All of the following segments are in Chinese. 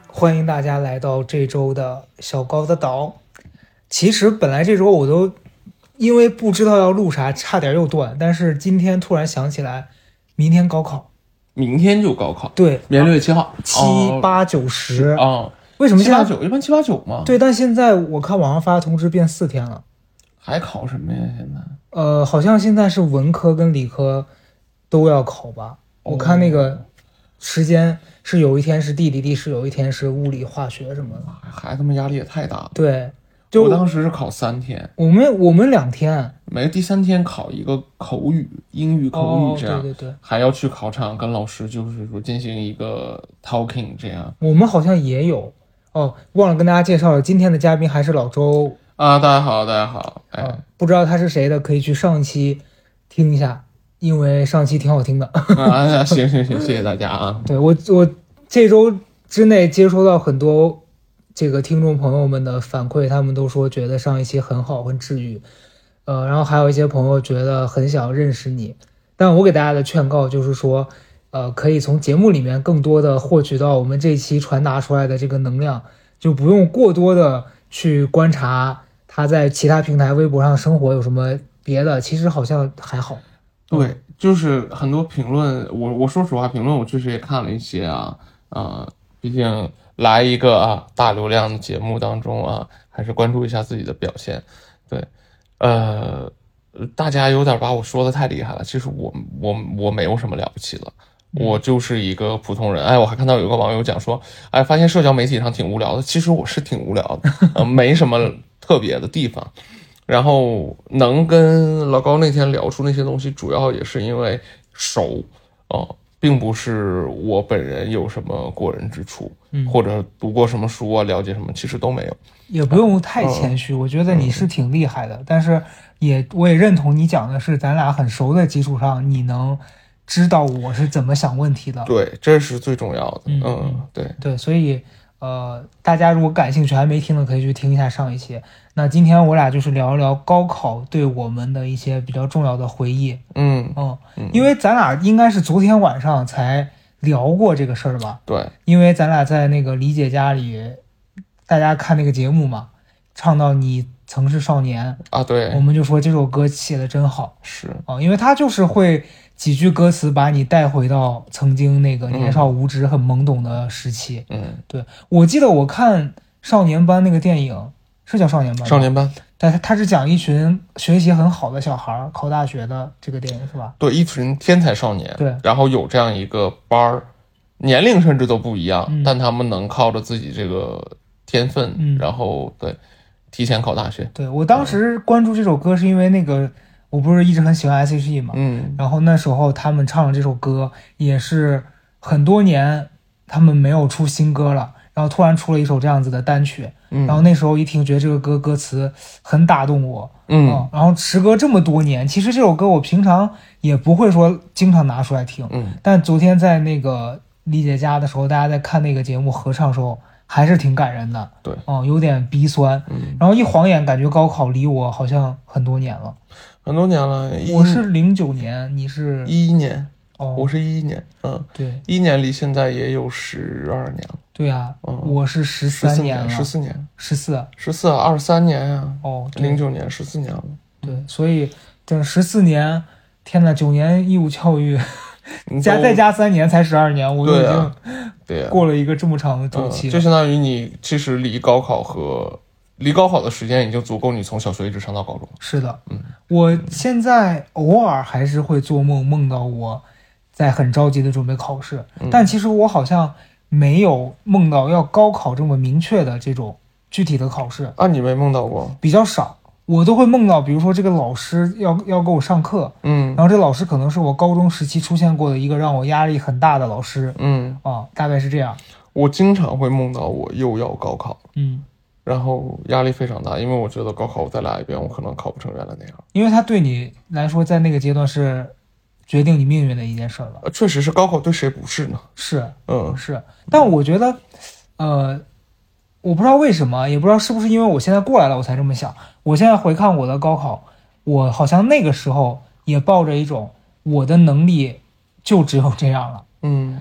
欢迎大家来到这周的小高的岛。其实本来这周我都因为不知道要录啥，差点又断。但是今天突然想起来，明天高考， 明天就高考。 对， 明天6月7号 7、8、9、10 啊。 为什么现在 7、8、9？一般7、8、9吗？ 对，但现在我看网上发通知变4天了。 还考什么呀？现在？ 好像现在是文科跟理科都要考吧？我看那个时间是有一天是地理历史，有一天是物理化学什么的。 孩子们压力也太大了。 对，就我当时是考3天， 我们2天， 每个第3天考一个口语，英语口语这样， 对对对， 还要去考场跟老师就是说进行一个 talking 这样。 我们好像也有忘了跟大家介绍了，今天的嘉宾还是老周啊，大家好，大家好， 不知道他是谁的，可以去上一期听一下，因为上期挺好听的。 啊，行，谢谢大家啊。 对，我这周之内接收到很多这个听众朋友们的反馈，他们都说觉得上一期很好，很治愈。然后还有一些朋友觉得很想认识你，但我给大家的劝告就是说，可以从节目里面更多的获取到我们这期传达出来的这个能量，就不用过多的去观察他在其他平台微博上生活有什么别的，其实好像还好。 对，就是很多评论，我说实话，评论我确实也看了一些毕竟来一个大流量的节目当中还是关注一下自己的表现。对，大家有点把我说的太厉害了，其实我没有什么了不起的，我就是一个普通人。我还看到有个网友讲说，发现社交媒体上挺无聊的，其实我是挺无聊的，没什么特别的地方。然后能跟老高那天聊出那些东西，主要也是因为熟并不是我本人有什么过人之处，或者读过什么书了解什么，其实都没有。 也不用太谦虚，我觉得你是挺厉害的，但是我也认同你讲的是咱俩很熟的基础上，你能知道我是怎么想问题的。 对，这是最重要的。 对，所以大家如果感兴趣还没听的，可以去听一下上一期。那今天我俩就是聊一聊高考对我们的一些比较重要的回忆。因为咱俩应该是昨天晚上才聊过这个事儿吧？ 对， 因为咱俩在那个李姐家里，大家看那个节目嘛，唱到你曾是少年对， 我们就说这首歌写的真好。 是因为他就是会几句歌词把你带回到曾经那个年少无知、很懵懂的时期。对，我记得我看少年班那个电影，是叫少年班吗？ 少年班， 但他是讲一群学习很好的小孩考大学的这个电影是吧？ 对，一群天才少年， 对， 然后有这样一个班儿，年龄甚至都不一样，但他们能靠着自己这个天分，然后对提前考大学。 对，我当时关注这首歌是因为那个我不是一直很喜欢 S.H.E 嘛，然后那时候他们唱的这首歌也是很多年他们没有出新歌了，然后突然出了一首这样子的单曲，然后那时候一听觉得这个歌词很打动我，然后时隔这么多年，其实这首歌我平常也不会说经常拿出来听，但昨天在那个李姐家的时候，大家在看那个节目合唱的时候还是挺感人的。 对， 有点鼻酸，然后一晃眼感觉高考离我好像很多年了。 很多年了， 我是09年，你是 11年，我是11年， 对 ，11年离现在也有12年了。 对啊，我是13年了 ，14年，23年呀，09年14年了。 对，所以这14年，天呐，9年义务教育，再加3年才12年，我都已经过了一个这么长的周期， 就相当于你其实离高考的时间已经足够你从小学一直上到高中。 是的，我现在偶尔还是会做梦，梦到我在很着急的准备考试，但其实我好像没有梦到要高考这么明确的这种具体的考试。 你没梦到过？ 比较少，我都会梦到，比如说这个老师要给我上课，然后这老师可能是我高中时期出现过的一个让我压力很大的老师，大概是这样。 我经常会梦到我又要高考，然后压力非常大，因为我觉得高考我再来一遍，我可能考不成原来那样。 因为它对你来说，在那个阶段是决定你命运的一件事了。 确实是，高考对谁不是呢？ 是，是。但我觉得，我不知道为什么，也不知道是不是因为我现在过来了，我才这么想。我现在回看我的高考，我好像那个时候也抱着一种我的能力就只有这样了。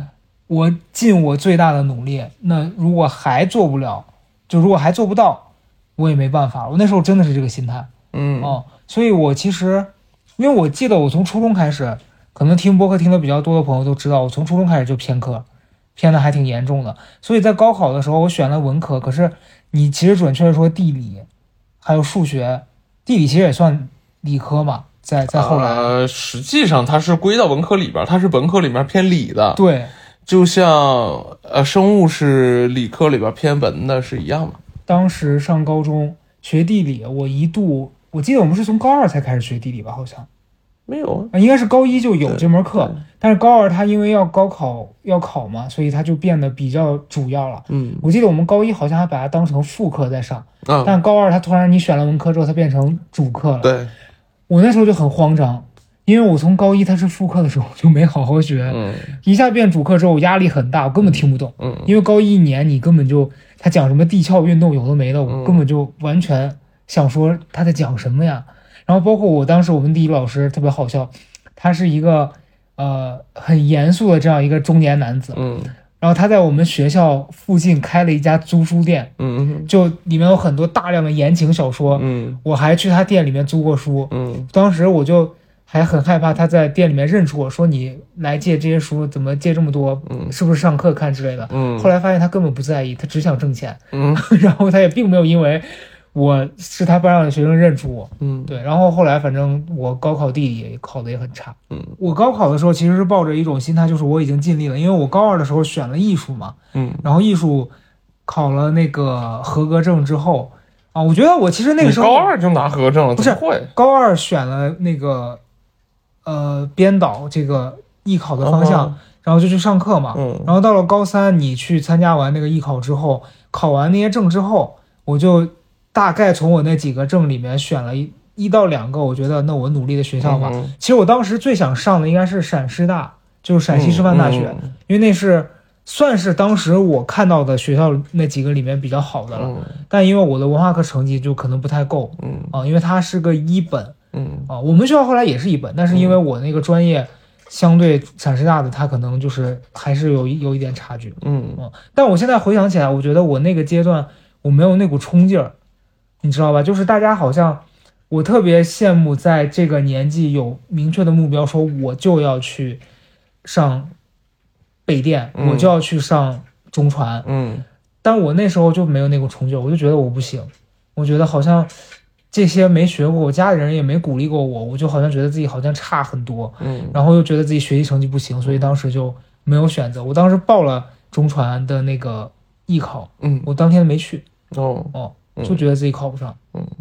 我尽我最大的努力，那如果还做不了，就如果还做不到，我也没办法。我那时候真的是这个心态，所以我其实，因为我记得我从初中开始，可能听播客听的比较多的朋友都知道，我从初中开始就偏科，偏的还挺严重的。所以在高考的时候，我选了文科，可是你其实准确的说，地理还有数学，地理其实也算理科嘛。在后来， 实际上它是归到文科里边，它是文科里面偏理的。 对， 就像生物是理科里边偏文的是一样的。 当时上高中学地理，我记得我们是从高2才开始学地理吧，好像没有应该是高1就有这门课，但是高2它因为要高考要考嘛，所以它就变得比较主要了。我记得我们高1好像还把它当成副课在上，但高2它突然你选了文科之后，它变成主课了。 对， 我那时候就很慌张，因为我从高1它是副课的时候就没好好学，一下变主课之后我压力很大，我根本听不懂。因为高1年你根本就他讲什么地壳运动有的没的，我根本就完全想说他在讲什么呀。然后包括我当时我们地理老师特别好笑，他是一个很严肃的这样一个中年男子，然后他在我们学校附近开了一家租书店，就里面有很多大量的言情小说，我还去他店里面租过书，当时我就还很害怕他在店里面认出我，说你来借这些书怎么借这么多，是不是上课看之类的。后来发现他根本不在意，他只想挣钱，然后他也并没有因为我是他班上的学生认出我，对。然后后来反正我高考地理考的也很差，我高考的时候其实是抱着一种心态，就是我已经尽力了，因为我高2的时候选了艺术嘛，然后艺术考了那个合格证之后啊，我觉得我其实那个时候高2就拿合格证了， 不是会高2选了那个编导这个艺考的方向，然后就去上课嘛，然后到了高3你去参加完那个艺考之后，考完那些证之后，我就大概从我那几个证里面选了一到2个我觉得那我努力的学校吧。其实我当时最想上的应该是陕师大，就是陕西师范大学，因为那是算是当时我看到的学校那几个里面比较好的了，但因为我的文化课成绩就可能不太够，因为它是个1本，我们学校后来也是1本，但是因为我那个专业相对陕师大的它可能就是还是有一点差距，但我现在回想起来，我觉得我那个阶段我没有那股冲劲儿，你知道吧？就是大家好像我特别羡慕在这个年纪有明确的目标，说我就要去上北电，我就要去上中传，但我那时候就没有那股冲劲，我就觉得我不行，我觉得好像这些没学过，我家里人也没鼓励过我，我就好像觉得自己好像差很多，然后又觉得自己学习成绩不行，所以当时就没有选择。我当时报了中传的那个艺考，我当天没去，就觉得自己考不上，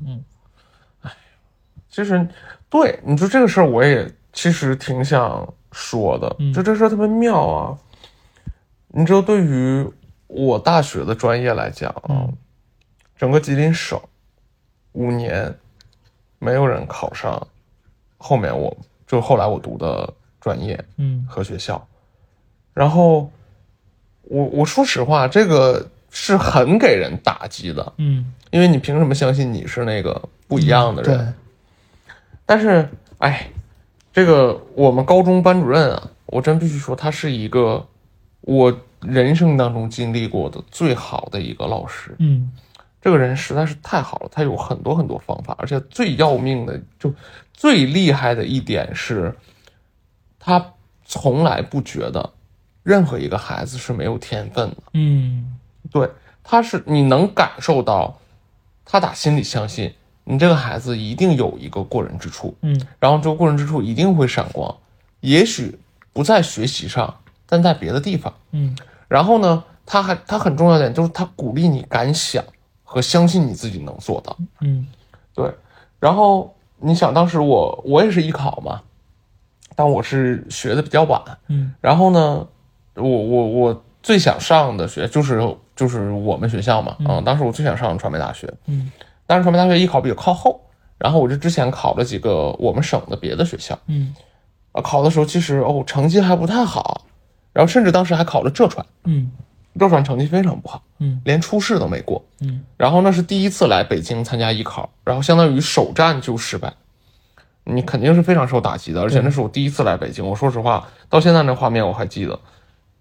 其实对你说这个事儿，我也其实挺想说的，就这事儿特别妙啊。你知道，对于我大学的专业来讲整个吉林省5年没有人考上后面后来我读的专业和学校，然后我说实话，这个是很给人打击的，因为你凭什么相信你是那个不一样的人？但是这个我们高中班主任啊，我真必须说他是一个我人生当中经历过的最好的一个老师，这个人实在是太好了，他有很多很多方法，而且最要命的就最厉害的一点是他从来不觉得任何一个孩子是没有天分的，对，他是你能感受到他打心里相信你这个孩子一定有一个过人之处，然后这个过人之处一定会闪光，也许不在学习上，但在别的地方，然后呢，他很重要的点就是他鼓励你敢想和相信你自己能做到，对。然后你想当时我也是艺考嘛，但我是学的比较晚，然后呢，我最想上的学就是我们学校嘛，当时我最想上传媒大学，但是传媒大学艺考比较靠后，然后我就之前考了几个我们省的别的学校，考的时候其实成绩还不太好，然后甚至当时还考了浙传，浙传成绩非常不好，连初试都没过，然后那是第一次来北京参加艺考，然后相当于首战就失败，你肯定是非常受打击的，而且那是我第一次来北京，我说实话，到现在那画面我还记得，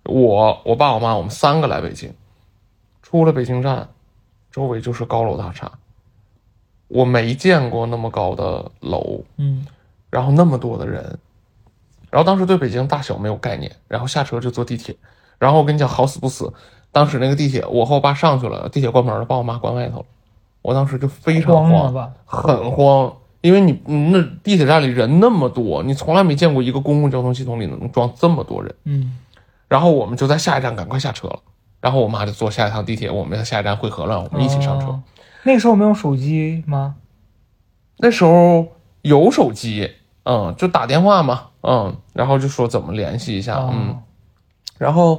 我爸我妈我们3个来北京，出了北京站，周围就是高楼大厦，我没见过那么高的楼，然后那么多的人，然后当时对北京大小没有概念，然后下车就坐地铁，然后我跟你讲好死不死，当时那个地铁我和我爸上去了，地铁关门了，把我妈关外头了，我当时就非常慌，很慌，因为你那地铁站里人那么多，你从来没见过一个公共交通系统里能装这么多人，然后我们就在下一站赶快下车了，然后我妈就坐下一趟地铁，我们在下一站汇合了，我们一起上车。 那个时候没有手机吗？ 那时候有手机，就打电话嘛，然后就说怎么联系一下，然后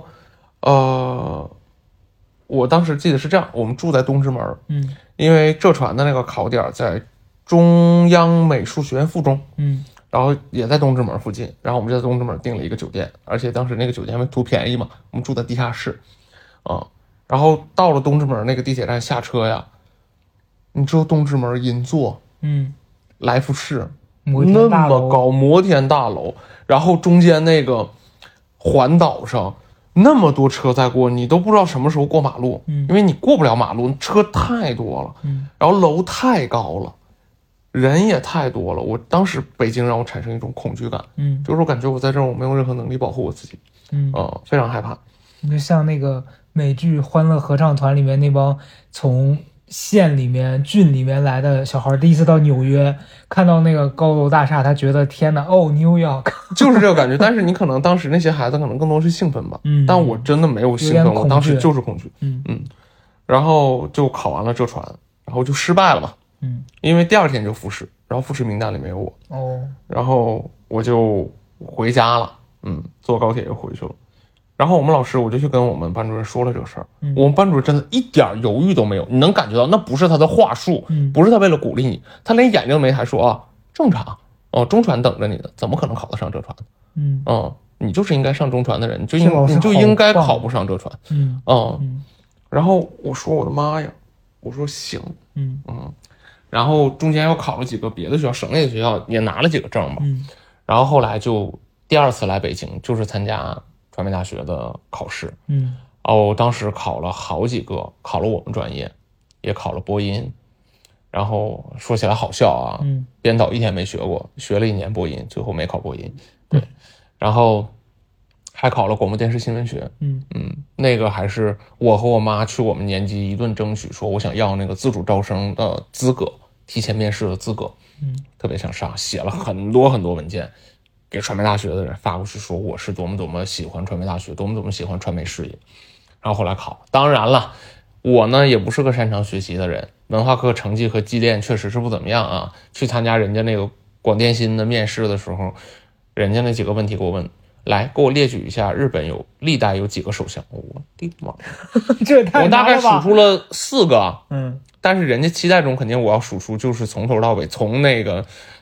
我当时记得是这样，我们住在东直门，因为浙传的那个考点在中央美术学院附中，然后也在东直门附近，然后我们就在东直门订了一个酒店，而且当时那个酒店图便宜嘛，我们住在地下室，然后到了东直门那个地铁站下车呀，你知道东直门银座，来福士那么高摩天大楼，然后中间那个环岛上那么多车在过，你都不知道什么时候过马路，因为你过不了马路，车太多了，然后楼太高了，人也太多了，我当时北京让我产生一种恐惧感，就是我感觉我在这儿我没有任何能力保护我自己，非常害怕。 你就像那个美剧《欢乐合唱团》里面那帮从县里面郡里面来的小孩，第一次到纽约看到那个高楼大厦，他觉得天哪New York 就是这个感觉。但是你可能当时那些孩子可能更多是兴奋吧，但我真的没有兴奋，我当时就是恐惧，然后就考完了浙传，然后就失败了嘛，因为第2天就复试，然后复试名单里没有我，然后我就回家了，坐高铁又回去了。然后我们老师，我就去跟我们班主任说了这个事儿，我们班主任真的一点犹豫都没有，你能感觉到那不是他的话术，不是他为了鼓励你，他连眼睛都没抬，说正常，中传等着你的，怎么可能考得上浙传？你就是应该上中传的人，你就应该考不上浙传，然后我说我的妈呀，我说行，然后中间又考了几个别的学校，省内的学校也拿了几个证吧，然后后来就第2次来北京，就是参加传媒大学的考试，当时考了好几个，考了我们专业，也考了播音，然后说起来好笑啊，编导1天没学过，学了1年播音，最后没考播音，对，然后还考了广播电视新闻学，那个还是我和我妈去我们年级一顿争取，说我想要那个自主招生的资格，提前面试的资格，特别想上，写了很多很多文件。给传媒大学的人发过去，说我是多么多么喜欢传媒大学，多么多么喜欢传媒事业，然后后来考，当然了，我呢也不是个擅长学习的人，文化课成绩和绩练确实是不怎么样啊。去参加人家那个广电新的面试的时候，人家那几个问题给我问，来给我列举一下日本历代有几个首相，我的妈， 这太我大概数出了4个，但是人家期待中肯定我要数出就是从头到尾，从那个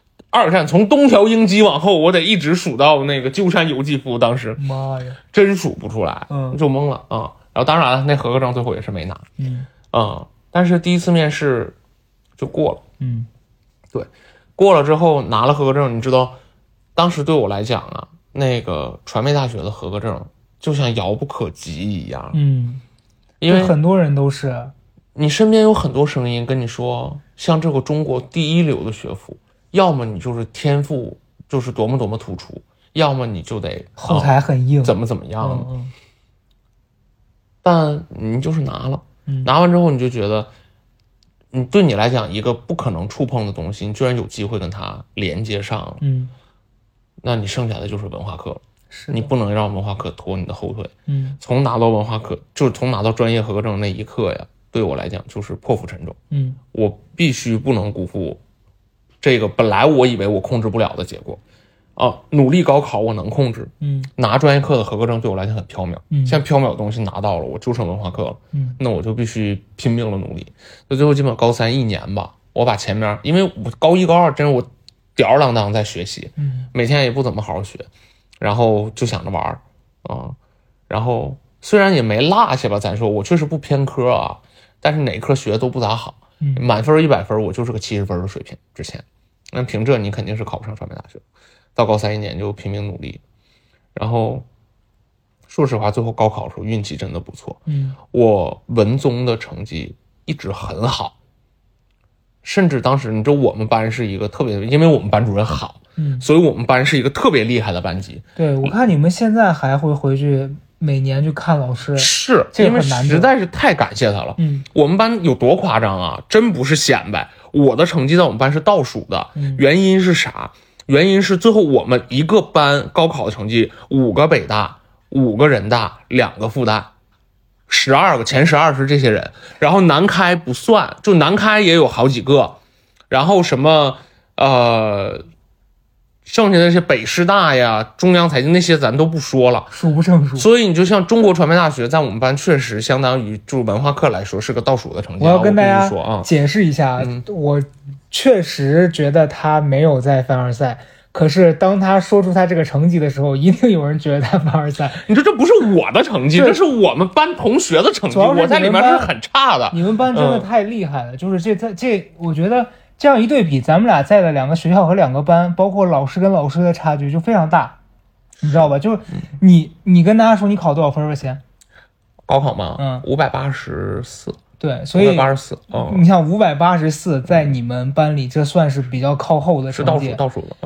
2战从东条英机往后，我得一直数到那个鸠山由纪夫，当时妈呀， 真数不出来，就懵了啊。然后当然了，那合格证最后也是没拿，但是第1次面试就过了，对，过了之后拿了合格证，你知道，当时对我来讲啊，那个传媒大学的合格证就像遥不可及一样，因为很多人都是， 你身边有很多声音跟你说，像这个中国第1流的学府。要么你就是天赋就是多么多么突出，要么你就得后台很硬， 怎么样，但你就是拿了，拿完之后你就觉得，对你来讲一个不可能触碰的东西，你居然有机会跟它连接上了，那你剩下的就是文化课了，你不能让文化课拖你的后腿，从拿到文化课，就是从拿到专业合格证那一刻呀，对我来讲就是破釜沉舟，我必须不能辜负这个本来我以为我控制不了的结果，努力高考我能控制，拿专业课的合格证对我来讲很缥缈，现在缥缈的东西拿到了，我就剩文化课了，那我就必须拼命的努力。所以最后基本高31年吧，我把前面，因为我高1高2真是我吊儿郎当在学习，每天也不怎么好好学，然后就想着玩然后虽然也没落下吧，咱说我确实不偏科啊，但是哪科学的都不咋好，满分100分我就是个70分的水平之前。那凭这你肯定是考不上传媒大学，到高31年就拼命努力，然后说实话，最后高考的时候运气真的不错。我文综的成绩一直很好，甚至当时你知道我们班是一个特别，因为我们班主任好，所以我们班是一个特别厉害的班级。 对，我看你们现在还会回去每年去看老师， 是这因为实在是太感谢他了。我们班有多夸张啊，真不是显摆，我的成绩在我们班是倒数的。原因是啥？原因是最后我们一个班高考的成绩5个北大，5个人大，2个复旦，12个，前12是这些人，然后南开不算，就南开也有好几个，然后什么剩下的那些北师大呀、中央财经那些咱都不说了， 数不胜数。 所以你就像中国传媒大学，在我们班确实相当于就文化课来说是个倒数的成绩。 我要跟大家解释一下，我确实觉得他没有在凡尔赛，可是当他说出他这个成绩的时候，一定有人觉得他凡尔赛。 你说这不是我的成绩，这是我们班同学的成绩，我在里面是很差的。 你们班真的太厉害了，就是这，我觉得这样一对比，咱们俩在的2个学校和2个班，包括老师跟老师的差距就非常大，你知道吧？就是你跟大家说你考多少分吧先？ 高考吗？584。 对，所以 584， 你像584在你们班里，这算是比较靠后的成绩， 是倒数的。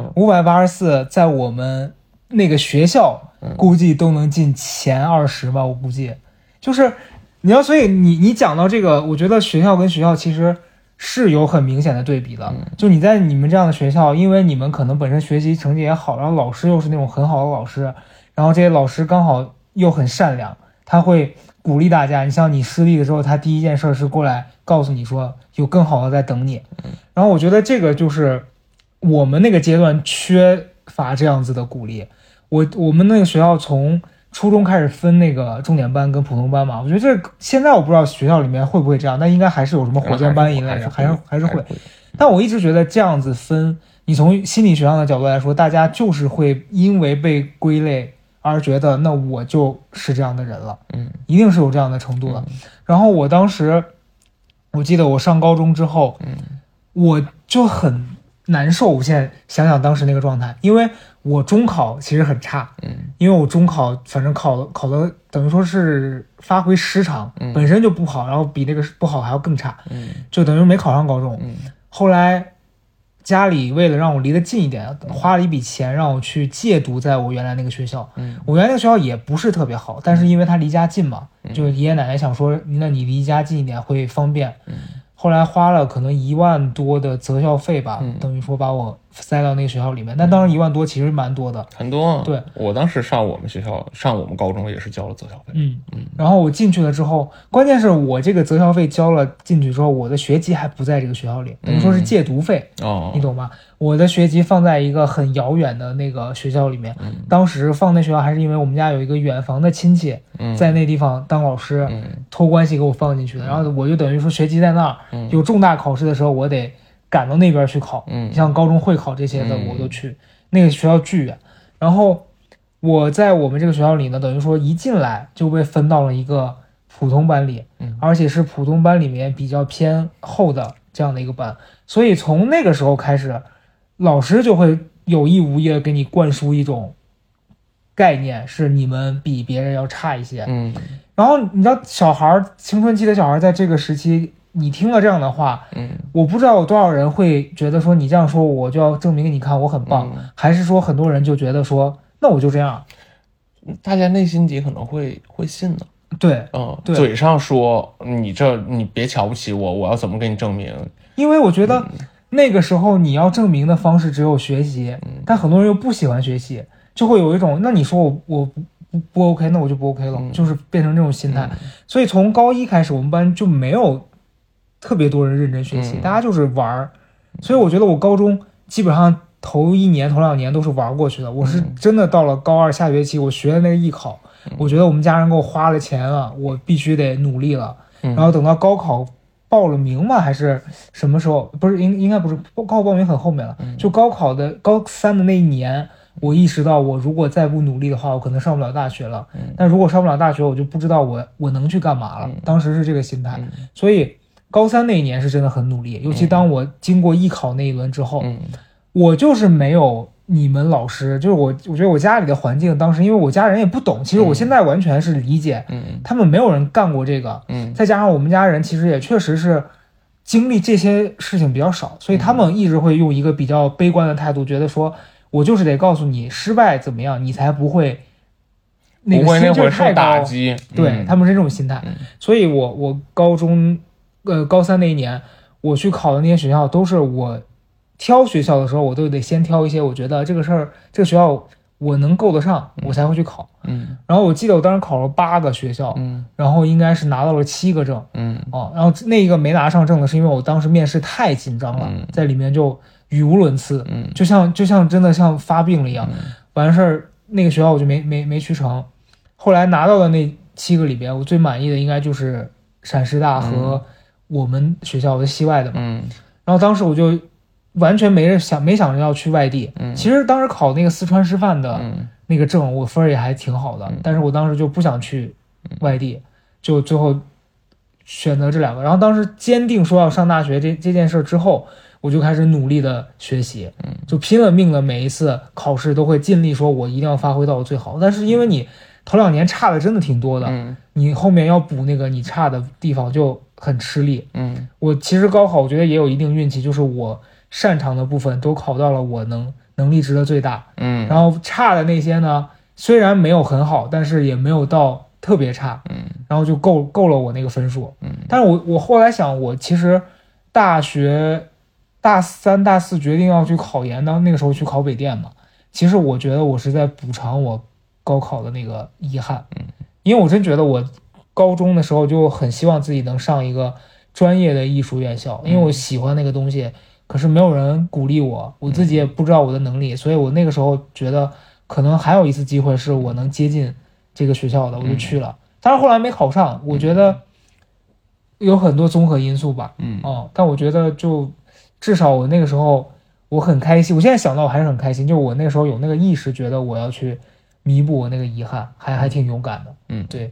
584在我们那个学校估计都能进前20吧，我估计。就是你要，所以你讲到这个，我觉得学校跟学校其实是有很明显的对比的。就你在你们这样的学校，因为你们可能本身学习成绩也好，然后老师又是那种很好的老师，然后这些老师刚好又很善良，他会鼓励大家。你像你失利的时候，他第一件事是过来告诉你说有更好的在等你。然后我觉得这个就是我们那个阶段缺乏这样子的鼓励。我们那个学校从初中开始分那个重点班跟普通班嘛，我觉得这现在我不知道学校里面会不会这样，但应该还是有什么火箭班一类的，还是会。但我一直觉得这样子分，你从心理学上的角度来说，大家就是会因为被归类而觉得那我就是这样的人了，一定是有这样的程度的。然后我当时我记得我上高中之后，我就很难受。我现在想想当时那个状态，因为我中考其实很差，因为我中考反正考的等于说是发挥失常，本身就不好，然后比那个不好还要更差，就等于没考上高中。后来家里为了让我离得近一点，花了一笔钱让我去借读在我原来那个学校。我原来那个学校也不是特别好，但是因为它离家近嘛，就爷爷奶奶想说那你离家近一点会方便。后来花了可能1万多的择校费吧，等于说把我塞到那个学校里面。但当时1万多其实蛮多的， 很多。 对， 我当时上我们学校，上我们高中也是交了择校费。 然后我进去了之后，关键是我这个择校费交了进去之后，我的学籍还不在这个学校里，等于说是借读费。你懂吗？我的学籍放在一个很遥远的那个学校里面。当时放那学校还是因为我们家有一个远房的亲戚在那地方当老师，托关系给我放进去的。然后我就等于说学籍在那儿，有重大考试的时候我得赶到那边去考，像高中会考这些的我都去。那个学校巨远，然后我在我们这个学校里呢，等于说一进来就被分到了一个普通班里，而且是普通班里面比较偏后的这样的一个班。所以从那个时候开始，老师就会有意无意的给你灌输一种概念，是你们比别人要差一些。然后你知道小孩青春期的小孩在这个时期，你听了这样的话，我不知道有多少人会觉得说你这样说我就要证明给你看我很棒，还是说很多人就觉得说那我就这样， 大家内心底可能会信的。 对，对， 嘴上说你别瞧不起我，我要怎么给你证明？ 因为我觉得那个时候你要证明的方式只有学习，但很多人又不喜欢学习，就会有一种那你说我不 OK， 那我就不 OK 了，就是变成这种心态。所以从高一开始，我们班就没有特别多人认真学习，大家就是玩。所以我觉得我高中基本上头1年头2年都是玩过去的。我是真的到了高2下学期，我学的那个艺考，我觉得我们家人给我花了钱了，我必须得努力了。然后等到高考报了名嘛，还是什么时候？不是应该不是高考报名很后面了，就高考的高3的那一年。我意识到我如果再不努力的话，我可能上不了大学了。但如果上不了大学，我就不知道我能去干嘛了。当时是这个心态。所以高3那一年是真的很努力，尤其当我经过艺考那一轮之后，我就是没有你们老师，就是我觉得我家里的环境当时，因为我家人也不懂，其实我现在完全是理解，他们没有人干过这个，再加上我们家人其实也确实是经历这些事情比较少，所以他们一直会用一个比较悲观的态度，觉得说我就是得告诉你失败怎么样，你才不会那个心智太高，对，他们是这种心态，所以我高中高3那一年我去考的那些学校都是我挑学校的时候，我都得先挑一些我觉得这个事儿这个学校我能够得上，我才会去考。然后我记得我当时考了8个学校，然后应该是拿到了7个证，然后那一个没拿上证的是因为我当时面试太紧张了，在里面就语无伦次，就像真的像发病了一样。完事儿那个学校我就没去成，后来拿到的那7个里边，我最满意的应该就是陕师大和我们学校的西外的嘛。然后当时我就完全没想着要去外地。其实当时考那个四川师范的那个证，我分也还挺好的，但是我当时就不想去外地，就最后选择这2个。然后当时坚定说要上大学这件事之后，我就开始努力的学习，就拼了命的每一次考试都会尽力说我一定要发挥到我最好。但是因为你头2年差的真的挺多的，你后面要补那个你差的地方就很吃力。我其实高考我觉得也有一定运气，就是我擅长的部分都考到了我能力值的最大，然后差的那些呢虽然没有很好，但是也没有到特别差，然后就够了我那个分数。但是我后来想，我其实大学大3大4决定要去考研的那个时候去考北电嘛，其实我觉得我是在补偿我高考的那个遗憾，因为我真觉得我高中的时候就很希望自己能上一个专业的艺术院校，因为我喜欢那个东西，可是没有人鼓励我，我自己也不知道我的能力，所以我那个时候觉得可能还有一次机会是我能接近这个学校的，我就去了。但是后来没考上，我觉得有很多综合因素吧，但我觉得就至少我那个时候我很开心，我现在想到我还是很开心，就我那个时候有那个意识，觉得我要去弥补我那个遗憾，还挺勇敢的。对，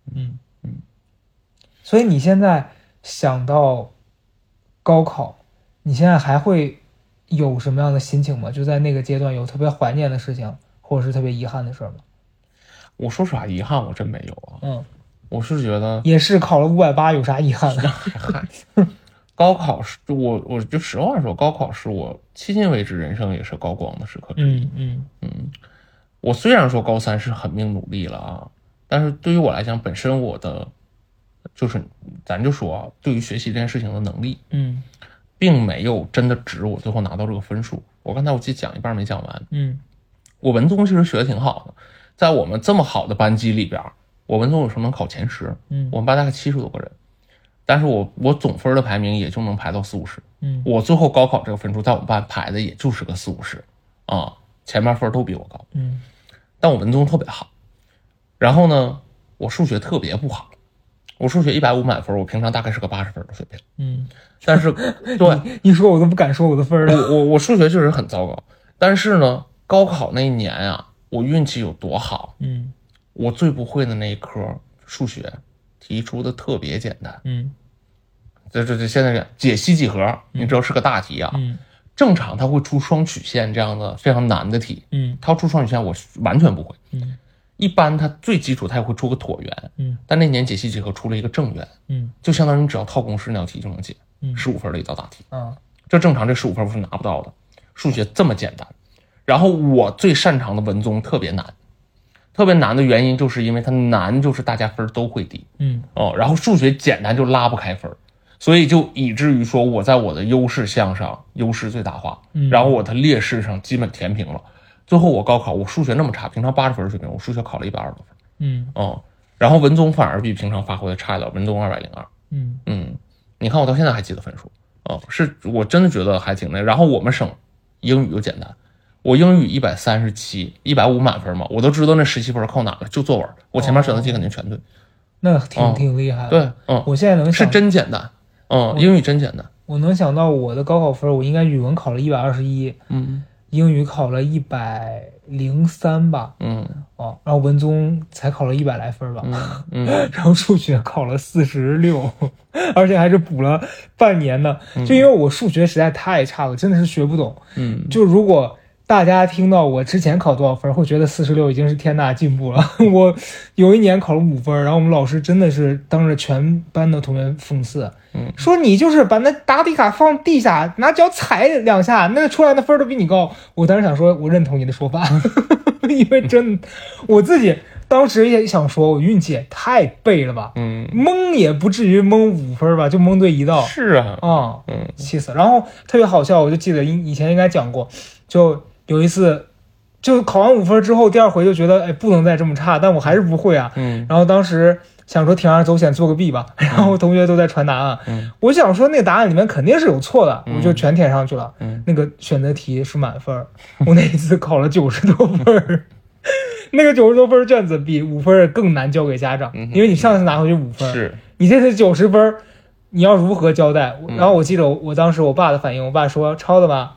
所以你现在想到高考，你现在还会有什么样的心情吗？就在那个阶段有特别怀念的事情，或者是特别遗憾的事吗？ 我说实话，遗憾我真没有啊。我是觉得也是考了580，有啥遗憾的？ 高考是我就实话说，高考是我迄今为止人生也是高光的时刻之一。我虽然说高3是狠命努力了啊，但是对于我来讲，本身我的就是咱就说啊，对于学习这件事情的能力，并没有真的值我最后拿到这个分数。我刚才我记得讲一半没讲完。我文综其实学的挺好的，在我们这么好的班级里边，我文综有时候能考前10。我们班大概70多个人，但是我总分的排名也就能排到40-50。我最后高考这个分数在我们班排的也就是个40-50啊，前面分都比我高。但我文综特别好，然后呢，我数学特别不好，我数学150满分，我平常大概是个80分的水平。但是对一说我都不敢说我的分了。 我数学确实很糟糕，但是呢，高考那一年啊，我运气有多好。我最不会的那一科数学题出的特别简单。这现在解析几何，你知道是个大题啊。正常它会出双曲线这样的非常难的题，它要出双曲线我完全不会。一般它最基础它也会出个椭圆，但那年解析几何出了一个正圆，就相当于你只要套公式那道题就能解，15分的一道大题。这正常这15分我是拿不到的，数学这么简单。然后我最擅长的文综特别难，特别难的原因就是因为它难，就是大家分都会低。然后数学简单就拉不开分，所以就以至于说我在我的优势项上优势最大化，然后我的劣势上基本填平了。最后我高考我数学那么差，平常80分水平，我数学考了120多分。然后文综反而比平常发挥的差一点，文综202。你看我到现在还记得分数，是我真的觉得还挺那。然后我们省英语就简单，我英语137，150满分嘛，我都知道那17分靠哪了，就作文，我前面选择题肯定全对。 那挺厉害的。 对， 我现在能想是真简单。英语真简单。 我能想到我的高考分，我应该语文考了121，英语考了103吧，然后文综才考了100来分吧，然后数学考了46，而且还是补了半年的，就因为我数学实在太差了，真的是学不懂。就如果大家听到我之前考多少分，会觉得46已经是天大进步了。我有一年考了5分，然后我们老师真的是当着全班的同学讽刺，说你就是把那答题卡放地下，拿脚踩2下，那出来的分都比你高。我当时想说，我认同你的说法，因为真的，我自己当时也想说，我运气也太背了吧，蒙也不至于蒙5分吧，就蒙对1道。 是啊， 气死。然后特别好笑，我就记得以前应该讲过，就有一次，就考完5分之后，第2回就觉得，哎，不能再这么差，但我还是不会啊。然后当时想说铤而走险做个弊吧，然后同学都在传答案，我想说那个答案里面肯定是有错的，我就全填上去了。那个选择题是满分，我那一次考了90多分。那个90多分卷子比5分更难交给家长，因为你上次拿回去5分， 是你这次90分，你要如何交代？然后我记得我当时我爸的反应，我爸说抄的吧。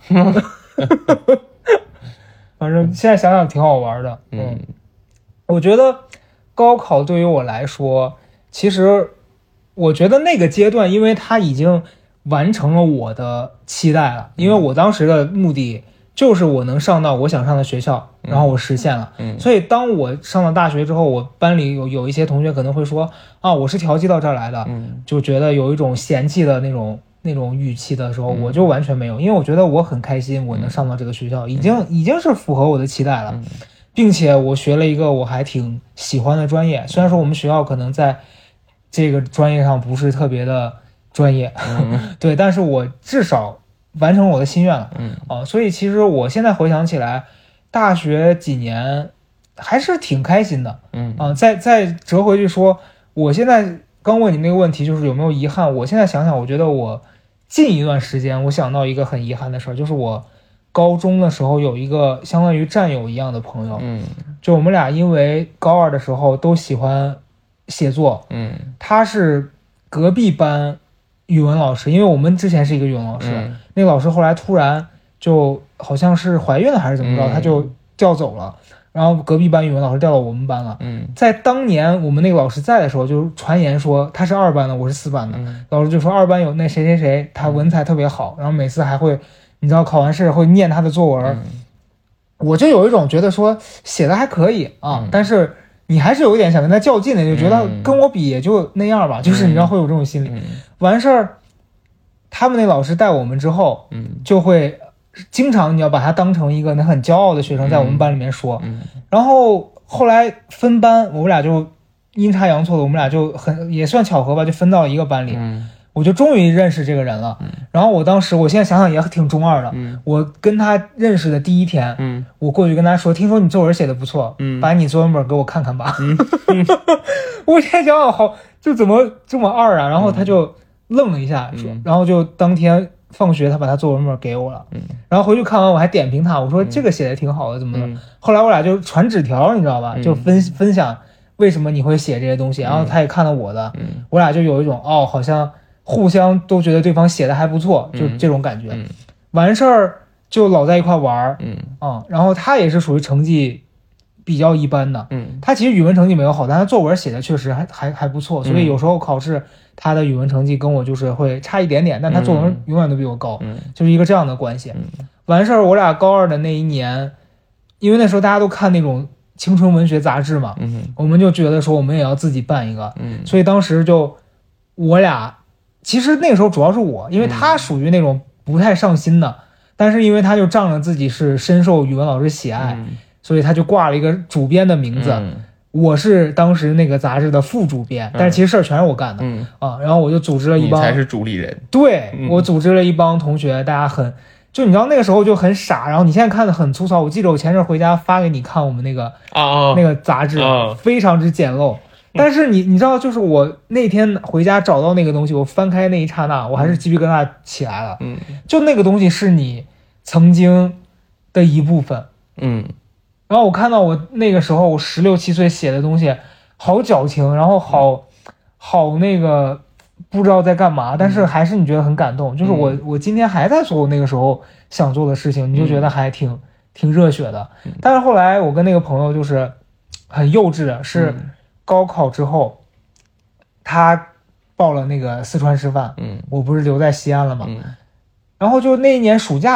反正现在想想挺好玩的。我觉得高考对于我来说，其实我觉得那个阶段，因为它已经完成了我的期待了，因为我当时的目的就是我能上到我想上的学校，然后我实现了。所以当我上了大学之后，我班里有一些同学可能会说啊，我是调剂到这儿来的，就觉得有一种嫌弃的那种语气的时候，我就完全没有，因为我觉得我很开心，我能上到这个学校，已经是符合我的期待了，并且我学了一个我还挺喜欢的专业，虽然说我们学校可能在这个专业上不是特别的专业，对，但是我至少完成我的心愿了，所以其实我现在回想起来，大学几年还是挺开心的，再折回去说，我现在刚问你那个问题，就是有没有遗憾？我现在想想，我觉得我近一段时间，我想到一个很遗憾的事儿，就是我高中的时候有一个相当于战友一样的朋友，就我们俩因为高2的时候都喜欢写作，他是隔壁班语文老师，因为我们之前是一个语文老师，那个老师后来突然就好像是怀孕了还是怎么着，他就调走了。然后隔壁班语文老师调到我们班了。在当年我们那个老师在的时候，就传言说他是2班的，我是4班的。老师就说2班有那谁谁谁，他文采特别好，然后每次还会，你知道考完试会念他的作文。我就有一种觉得说写的还可以啊，但是你还是有一点想跟他较劲的，就觉得跟我比也就那样吧，就是你知道会有这种心理。完事儿，他们那老师带我们之后，就会经常你要把他当成一个很骄傲的学生，在我们班里面说。然后后来分班，我们俩就阴差阳错的，我们俩就也算巧合吧，就分到一个班里。我就终于认识这个人了。然后我现在想想也挺中二的。我跟他认识的第一天，我过去跟他说，听说你作文写的不错，把你作文本给我看看吧。我现在想想好，就怎么这么二啊？然后他就愣了一下，然后就当天放学他把他作文本给我了。然后回去看完我还点评他，我说这个写的挺好的，怎么的。后来我俩就传纸条，你知道吧，就分享为什么你会写这些东西，然后他也看了我的，我俩就有一种好像互相都觉得对方写的还不错，就这种感觉。完事儿就老在一块玩，然后他也是属于成绩比较一般的，他其实语文成绩没有好，但他作文写的确实还不错，所以有时候考试他的语文成绩跟我就是会差一点点，但他作文永远都比我高，就是一个这样的关系。完事儿我俩高2的那一年，因为那时候大家都看那种青春文学杂志嘛，我们就觉得说我们也要自己办一个，所以当时就我俩，其实那个时候主要是我，因为他属于那种不太上心的，但是因为他就仗着自己是深受语文老师喜爱，所以他就挂了一个主编的名字。我是当时那个杂志的副主编，但是其实事儿全是我干的。然后我就组织了一帮， 你才是主理人。 对，我组织了一帮同学，大家就你知道那个时候就很傻，然后你现在看的很粗糙。我记得我前阵回家发给你看我们那个那个杂志，非常之简陋。但是你知道，就是我那天回家找到那个东西，我翻开那一刹那，我还是鸡皮疙瘩起来了。就那个东西是你曾经的一部分。然后我看到我那个时候我16、17岁写的东西，好矫情，然后好那个不知道在干嘛，但是还是你觉得很感动。就是我今天还在做我那个时候想做的事情，你就觉得还挺热血的。但是后来我跟那个朋友就是很幼稚的，是高考之后，他报了那个四川师范，我不是留在西安了吗？然后就那一年暑假，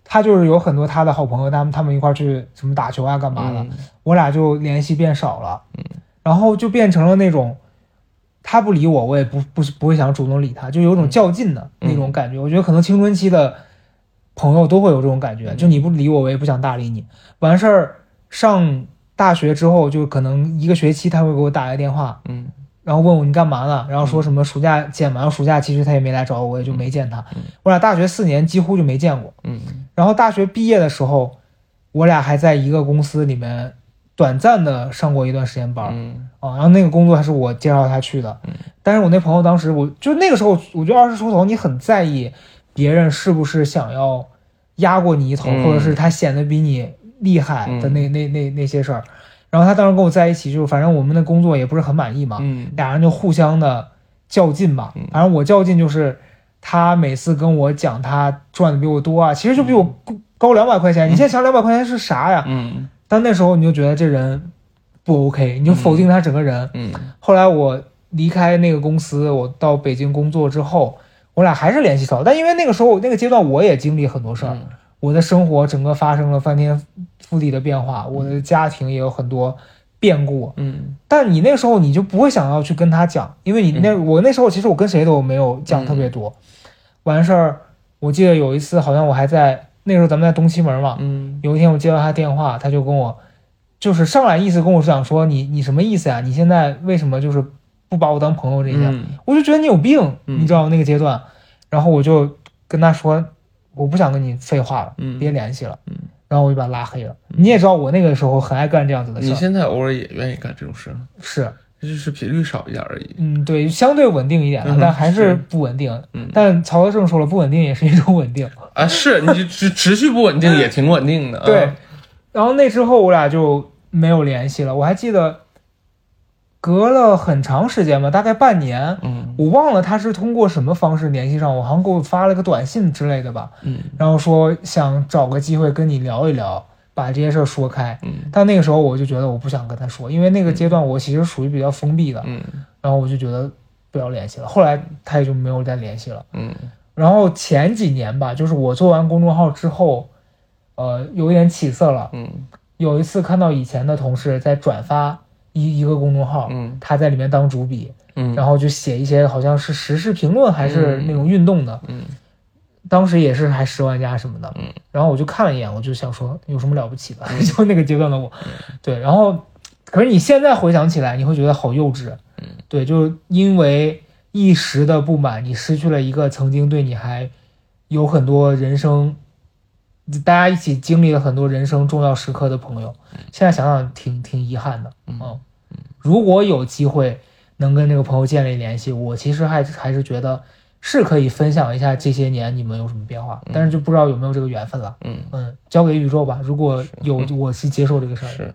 他就是有很多他的好朋友，他们一块去什么打球啊干嘛的，我俩就联系变少了，然后就变成了那种他不理我，我也不会想主动理他，就有种较劲的那种感觉。我觉得可能青春期的朋友都会有这种感觉，就你不理我，我也不想搭理你。完事儿上大学之后，就可能一个学期他会给我打一个电话，然后问我你干嘛呢，然后说什么暑假见嘛，然后暑假其实他也没来找我，我也就没见他。我俩大学4年几乎就没见过。然后大学毕业的时候，我俩还在一个公司里面短暂的上过一段时间班，然后那个工作还是我介绍他去的。但是我那朋友当时，我就那个时候，我觉得20出头，你很在意别人是不是想要压过你一头，或者是他显得比你厉害的那些事儿。然后他当时跟我在一起，就反正我们的工作也不是很满意嘛，俩人就互相的较劲吧。反正我较劲就是他每次跟我讲他赚的比我多啊，其实就比我高200块钱。你现在想200块钱是啥呀？但那时候你就觉得这人不 OK， 你就否定他整个人。后来我离开那个公司，我到北京工作之后，我俩还是联系少，但因为那个时候那个阶段我也经历很多事儿，我的生活整个发生了翻天覆地的变化，我的家庭也有很多变故。但你那个时候你就不会想要去跟他讲，因为我那时候其实我跟谁都没有讲特别多。完事儿，我记得有一次好像我还在那个时候咱们在东七门嘛，有一天我接到他电话，他就跟我就是上来意思跟我讲说你什么意思呀？你现在为什么就是不把我当朋友这些？我就觉得你有病，你知道那个阶段。然后我就跟他说我不想跟你废话了，别联系了。然后我就把他拉黑了。你也知道我那个时候很爱干这样子的事。 你现在偶尔也愿意干这种事？ 是， 就是频率少一点而已。 对，相对稳定一点的，但还是不稳定。但曹德胜说了，不稳定也是一种稳定啊。是你持续不稳定也挺稳定的。 对。然后那之后我俩就没有联系了。我还记得隔了很长时间吧，大概半年，我忘了他是通过什么方式联系上我，好像给我发了个短信之类的吧，然后说想找个机会跟你聊一聊，把这些事儿说开。但那个时候我就觉得我不想跟他说，因为那个阶段我其实属于比较封闭的，然后我就觉得不要联系了。后来他也就没有再联系了。然后前几年吧，就是我做完公众号之后，有一点起色了。有一次看到以前的同事在转发一个公众号，他在里面当主笔，然后就写一些好像是时事评论还是那种运动的，当时也是还10万加什么的，然后我就看了一眼，我就想说有什么了不起的，就那个阶段的我，对，然后可是你现在回想起来，你会觉得好幼稚，对，就因为一时的不满，你失去了一个曾经对你还有很多人生。大家一起经历了很多人生重要时刻的朋友，现在想想挺遗憾的。如果有机会能跟这个朋友建立联系，我其实还是觉得是可以分享一下这些年你们有什么变化，但是就不知道有没有这个缘分了。交给宇宙吧。如果有，我是接受这个事儿。 是，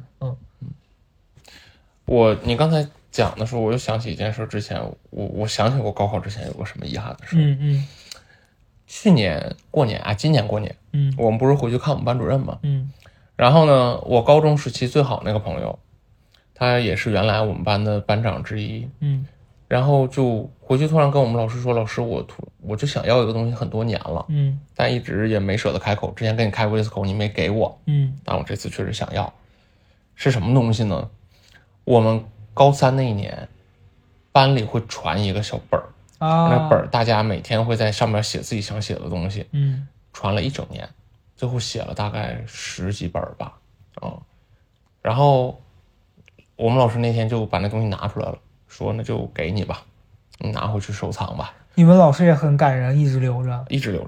你刚才讲的时候，我又想起一件事，之前我想起我高考之前有个什么遗憾的事。去年过年啊，今年过年，我们不是回去看我们班主任嘛，然后呢，我高中时期最好那个朋友，他也是原来我们班的班长之一，然后就回去突然跟我们老师说，老师我就想要一个东西很多年了，但一直也没舍得开口，之前跟你开过一次口，你没给我，但我这次确实想要，是什么东西呢？我们高3那一年，班里会传一个小本儿。那本大家每天会在上面写自己想写的东西，传了1整年，最后写了大概10几本吧，然后我们老师那天就把那东西拿出来了，说那就给你吧，你拿回去收藏吧。 你们老师也很感人，一直留着，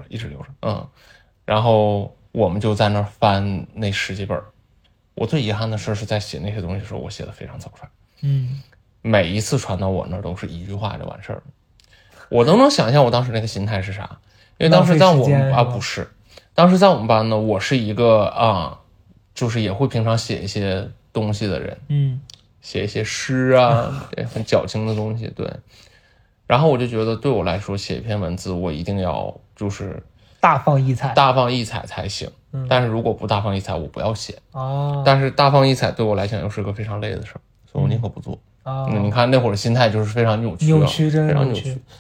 然后我们就在那儿翻那10几本。我最遗憾的事是在写那些东西的时候，我写的非常草率，每一次传到我那儿都是一句话就完事儿了。我都能想象我当时那个心态是啥，因为当时在我们不是，当时在我们班呢，我是一个就是也会平常写一些东西的人，写一些诗啊，很矫情的东西，对。然后我就觉得对我来说，写一篇文字，我一定要就是大放异彩才行。但是如果不大放异彩，我不要写。但是大放异彩对我来讲又是个非常累的事儿，所以我宁可不做。你看那会儿心态就是非常扭曲， 真非常扭曲。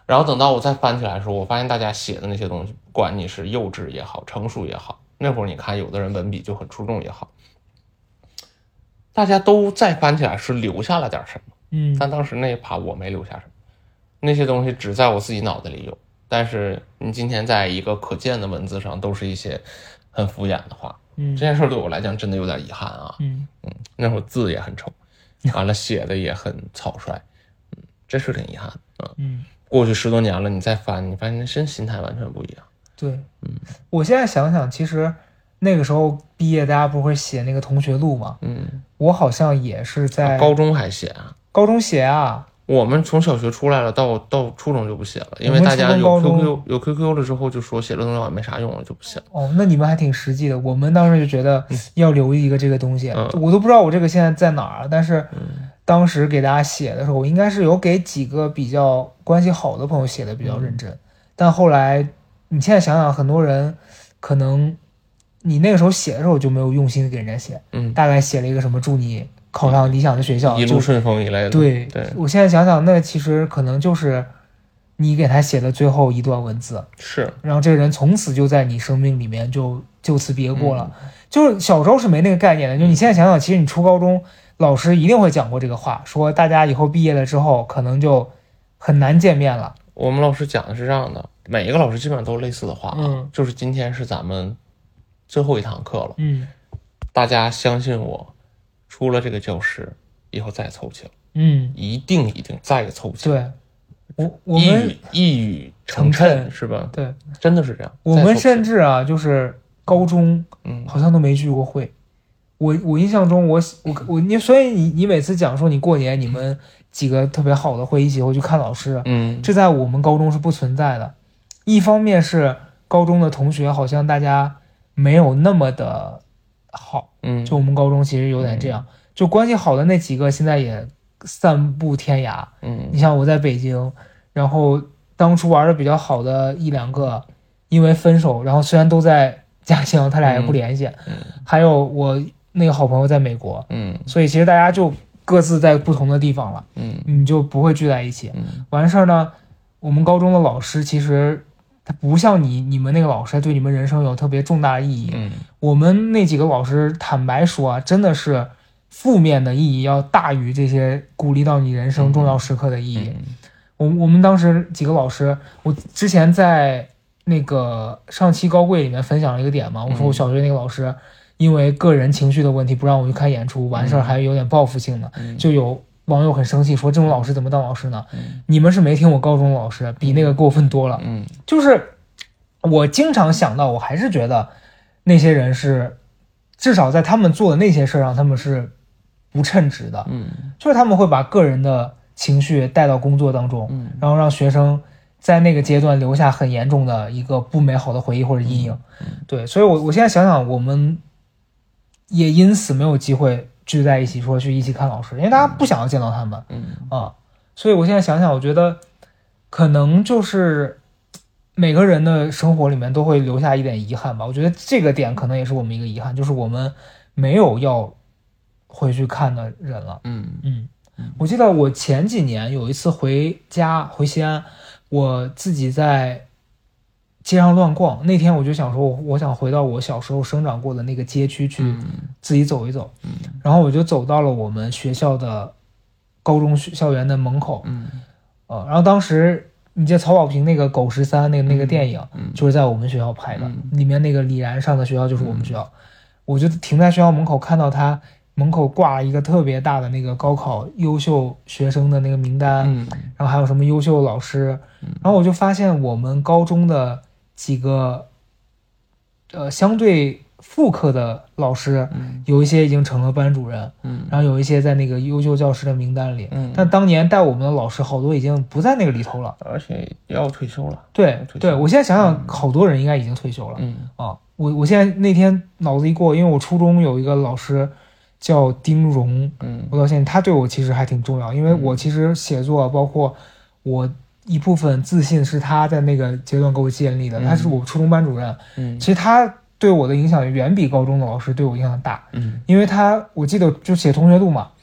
然后等到我再翻起来的时候，我发现大家写的那些东西，不管你是幼稚也好，成熟也好，那会儿你看有的人文笔就很出众也好，大家都再翻起来是留下了点什么。但当时那一趴我没留下什么，那些东西只在我自己脑子里有，但是你今天在一个可见的文字上都是一些很敷衍的话。这件事对我来讲真的有点遗憾啊。那会儿字也很丑，完了写的也很草率，这是挺遗憾的。过去10多年了，你再翻，你发现真心态完全不一样。 对，我现在想想，其实那个时候毕业，大家不会写那个同学录吗？我好像也是在高中还写啊？ 高中写啊。 我们从小学出来了，到初中就不写了，因为大家有 QQ 了之后就说写了东西好像没啥用了，就不写了。 哦，那你们还挺实际的。我们当时就觉得要留一个这个东西，我都不知道我这个现在在哪儿，但是当时给大家写的时候，我应该是有给几个比较关系好的朋友写的比较认真，但后来你现在想想，很多人可能你那个时候写的时候就没有用心给人家写，大概写了一个什么祝你考上理想的学校， 一路顺风一类的。 对，我现在想想，那其实可能就是你给他写的最后一段文字， 是， 然后这个人从此就在你生命里面就此别过了。就是小时候是没那个概念的，就你现在想想，其实你初高中老师一定会讲过这个话，说大家以后毕业了之后可能就很难见面了。 我们老师讲的是这样的，每一个老师基本上都类似的话，就是今天是咱们最后一堂课了，大家相信我，出了这个教室以后再凑齐了，一定再凑齐。 对，我们一语成谶，是吧？ 对， 真的是这样。 我们甚至啊，就是高中，好像都没聚过会。我印象中，所以你每次讲说你过年你们几个特别好的会一起会去看老师，这在我们高中是不存在的。一方面是高中的同学好像大家没有那么的好，就我们高中其实有点这样，就关系好的那几个现在也散布天涯。你像我在北京，然后当初玩的比较好的一两个，因为分手，然后虽然都在家乡，他俩也不联系。还有我那个好朋友在美国，所以其实大家就各自在不同的地方了，你就不会聚在一起。完事儿呢，我们高中的老师其实他不像你们那个老师对你们人生有特别重大的意义。我们那几个老师坦白说啊，真的是负面的意义要大于这些鼓励到你人生重要时刻的意义。我们当时几个老师，我之前在那个上期高贵里面分享了一个点嘛，我说我小学那个老师因为个人情绪的问题不让我去看演出，完事儿还有点报复性的，就有网友很生气说这种老师怎么当老师呢？你们是没听我高中的老师，比那个过分多了。就是我经常想到，我还是觉得那些人是至少在他们做的那些事上他们是不称职的。就是他们会把个人的情绪带到工作当中，然后让学生在那个阶段留下很严重的一个不美好的回忆或者阴影。对，所以我现在想想，我们也因此没有机会聚在一起说去一起看老师，因为大家不想要见到他们。所以我现在想想，我觉得可能就是每个人的生活里面都会留下一点遗憾吧。我觉得这个点可能也是我们一个遗憾，就是我们没有要回去看的人了。我记得我前几年有一次回西安，我自己在街上乱逛，那天我就想说我想回到我小时候生长过的那个街区去自己走一走。然后我就走到了我们学校的高中校园的门口。然后当时你记得曹保平那个狗13那个电影，就是在我们学校拍的，里面那个李然上的学校就是我们学校。我就停在学校门口，看到他门口挂了一个特别大的那个高考优秀学生的那个名单，然后还有什么优秀老师，然后我就发现我们高中的几个相对副科的老师，有一些已经成了班主任，然后有一些在那个优秀教师的名单里，但当年带我们的老师好多已经不在那个里头了， 而且要退休了。 对，我现在想想，好多人应该已经退休了。我现在那天脑子一过，因为我初中有一个老师叫丁荣，我到现在他对我其实还挺重要，因为我其实写作包括我一部分自信是他在那个阶段给我建立的，他是我初中班主任。其实他对我的影响远比高中的老师对我影响大。因为我记得就写同学录嘛，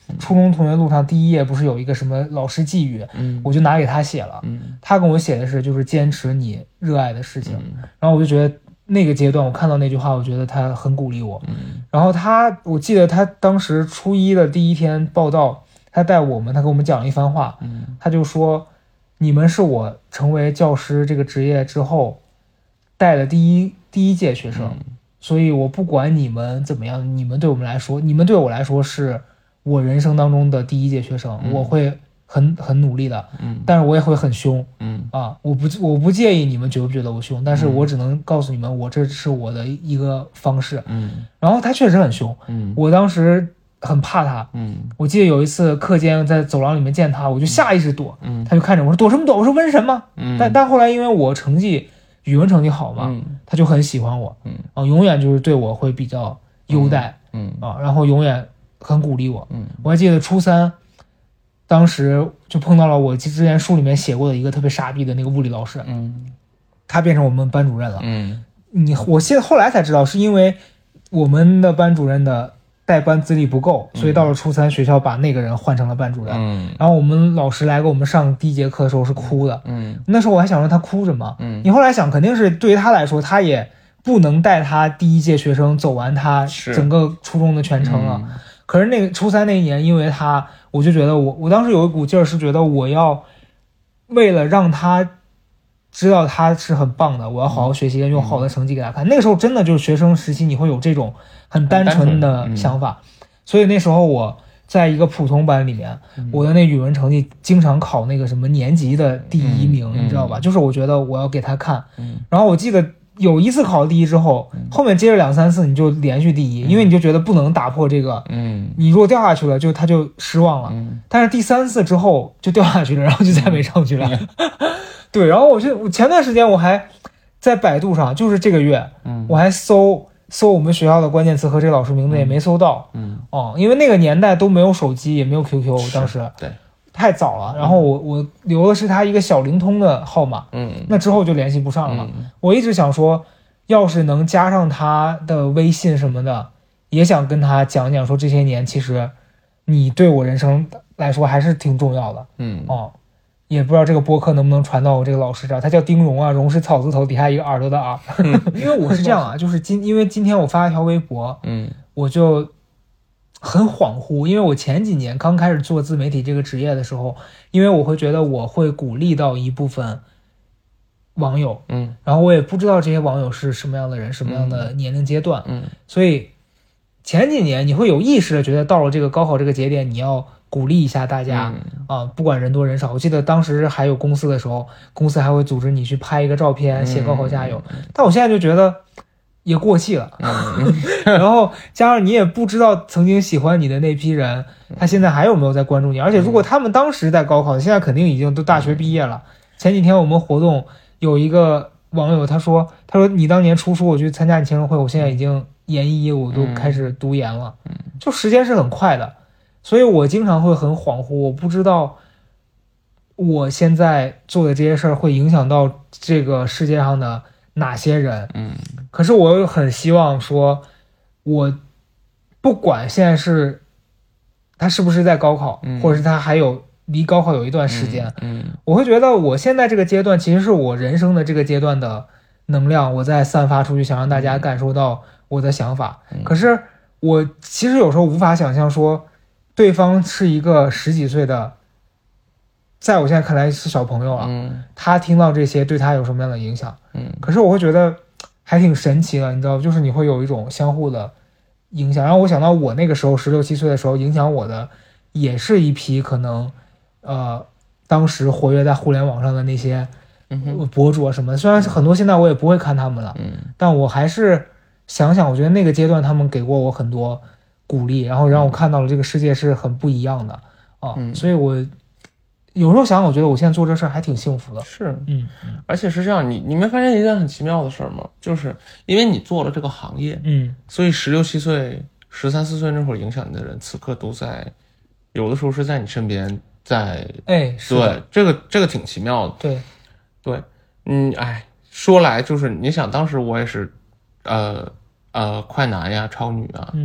初中同学录上第一页不是有一个什么老师寄语，我就拿给他写了，他跟我写的是就是坚持你热爱的事情，然后我就觉得那个阶段我看到那句话，我觉得他很鼓励我，然后我记得他当时初一的第一天报道，他给我们讲了一番话，他就说你们是我成为教师这个职业之后带的第一届学生，所以我不管你们怎么样，你们对我来说是我人生当中的第一届学生，我会很努力的，但是我也会很凶，我不介意你们觉不觉得我凶，但是我只能告诉你们，我这是我的一个方式，然后他确实很凶，我当时很怕他，我记得有一次课间在走廊里面见他，我就下意识躲，他就看着我说躲什么躲，我说瘟神吗？但后来因为我语文成绩好嘛，他就很喜欢我，永远就是对我会比较优待，然后永远很鼓励我，我还记得初三当时就碰到了我之前书里面写过的一个特别傻逼的那个物理老师，他变成我们班主任了，我后来才知道是因为我们的班主任的带班资历不够，所以到了初三学校把那个人换成了班主任，然后我们老师来给我们上第一节课的时候是哭的，那时候我还想说他哭什么，你后来想肯定是对于他来说他也不能带他第一届学生走完他整个初中的全程啊，可是那个初三那一年因为他，我就觉得我当时有一股劲儿是觉得我要为了让他知道他是很棒的，我要好好学习，用好的成绩给他看，那个时候真的就是学生时期你会有这种很单纯的想法，所以那时候我在一个普通班里面，我的那语文成绩经常考那个什么年级的第一名，你知道吧，就是我觉得我要给他看，然后我记得有一次考第一之后，后面接着2、3次你就连续第一，因为你就觉得不能打破这个，你如果掉下去了他就失望了，但是第3次之后就掉下去了，然后就再没上去了，对，然后我前段时间我还在百度上，就是这个月，我还搜我们学校的关键词和这个老师名字也没搜到，因为那个年代都没有手机，也没有 QQ， 当时对太早了，然后我留的是他一个小灵通的号码，那之后就联系不上了，我一直想说，要是能加上他的微信什么的，也想跟他讲讲说这些年其实你对我人生来说还是挺重要的，也不知道这个播客能不能传到我这个老师这儿，他叫丁荣啊，荣是草字头底下一个耳朵的耳，因为我是这样啊，就是因为今天我发了一条微博，我就很恍惚，因为我前几年刚开始做自媒体这个职业的时候，因为我会觉得我会鼓励到一部分网友，然后我也不知道这些网友是什么样的人，什么样的年龄阶段，所以前几年你会有意识的觉得到了这个高考这个节点，你要鼓励一下大家，不管人多人少。我记得当时还有公司的时候，公司还会组织你去拍一个照片，写高考加油。但我现在就觉得也过气了，然后加上你也不知道曾经喜欢你的那批人，他现在还有没有在关注你？而且如果他们当时在高考，现在肯定已经都大学毕业了。前几天我们活动有一个网友他说你当年出书我去参加你签售会，我现在已经研一，我都开始读研了，就时间是很快的。所以我经常会很恍惚，我不知道我现在做的这些事儿会影响到这个世界上的哪些人，可是我又很希望说，我不管现在是他是不是在高考，或者是他还有离高考有一段时间，我会觉得我现在这个阶段其实是我人生的这个阶段的能量，我在散发出去，想让大家感受到我的想法。可是我其实有时候无法想象说对方是一个10几岁的，在我现在看来是小朋友了，他听到这些对他有什么样的影响？可是我会觉得还挺神奇的，你知道，就是你会有一种相互的影响。然后我想到我那个时候16、17岁的时候，影响我的也是一批可能当时活跃在互联网上的那些博主啊什么的，虽然很多现在我也不会看他们了，但我还是想想，我觉得那个阶段他们给过我很多鼓励，然后让我看到了这个世界是很不一样的所以我有时候想，我觉得我现在做这事儿还挺幸福的。 是，而且是这样，你没发现一件很奇妙的事吗？就是因为你做了这个行业，所以16、17岁、13、14岁那会儿影响你的人，此刻都在，有的时候是在你身边，在，对，这个挺奇妙的。对，说来就是，你想当时我也是，快男呀、超女啊，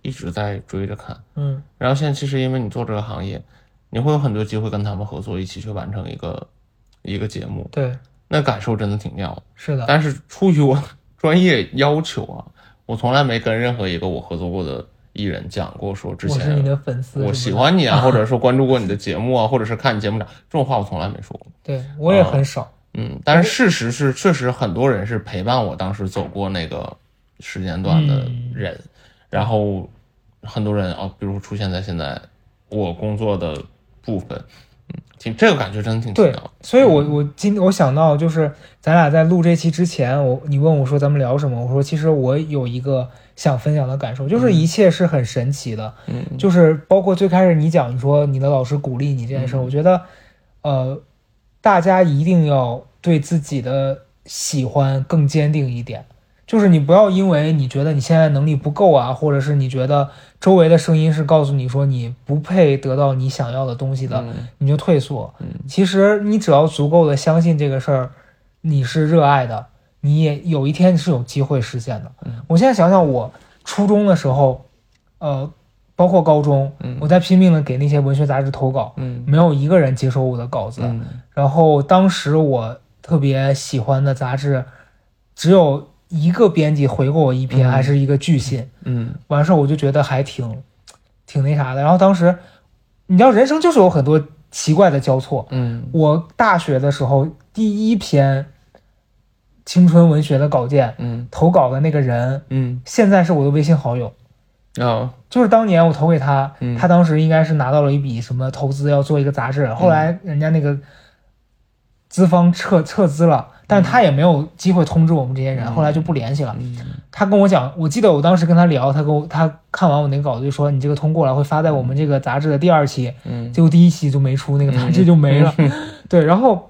一直在追着看。然后现在其实因为你做这个行业，你会有很多机会跟他们合作，一起去完成一个节目。 对， 那感受真的挺妙的。 是的。 但是出于我专业要求啊，我从来没跟任何一个我合作过的艺人讲过说之前我是你的粉丝， 我喜欢你啊，或者说关注过你的节目啊，或者是看你节目长，这种话我从来没说过。 对，我也很少。 但是事实是，确实很多人是陪伴我当时走过那个时间段的人，然后很多人比如出现在现在我工作的部分，这个感觉真的挺奇妙的。 对，所以我想到就是咱俩在录这期之前，你问我说咱们聊什么，我说其实我有一个想分享的感受，就是一切是很神奇的。就是包括最开始你讲你说你的老师鼓励你这件事，我觉得大家一定要对自己的喜欢更坚定一点，就是你不要因为你觉得你现在能力不够啊，或者是你觉得周围的声音是告诉你说你不配得到你想要的东西的，你就退缩。其实你只要足够的相信这个事儿你是热爱的，你也有一天是有机会实现的。我现在想想我初中的时候包括高中，我在拼命的给那些文学杂志投稿，没有一个人接收我的稿子。然后当时我特别喜欢的杂志，只有一个编辑回过我一篇，还是一个拒信。完事我就觉得还挺那啥的。然后当时，你知道，人生就是有很多奇怪的交错。我大学的时候第一篇青春文学的稿件，投稿的那个人，现在是我的微信好友。就是当年我投给他，他当时应该是拿到了一笔什么投资，要做一个杂志，后来人家那个资方撤资了，但是他也没有机会通知我们这些人，后来就不联系了。他跟我讲，我记得我当时跟他聊，他看完我那个稿子就说你这个通过了，会发在我们这个杂志的第2期，结果第1期就没出，那个杂志就没了。对，然后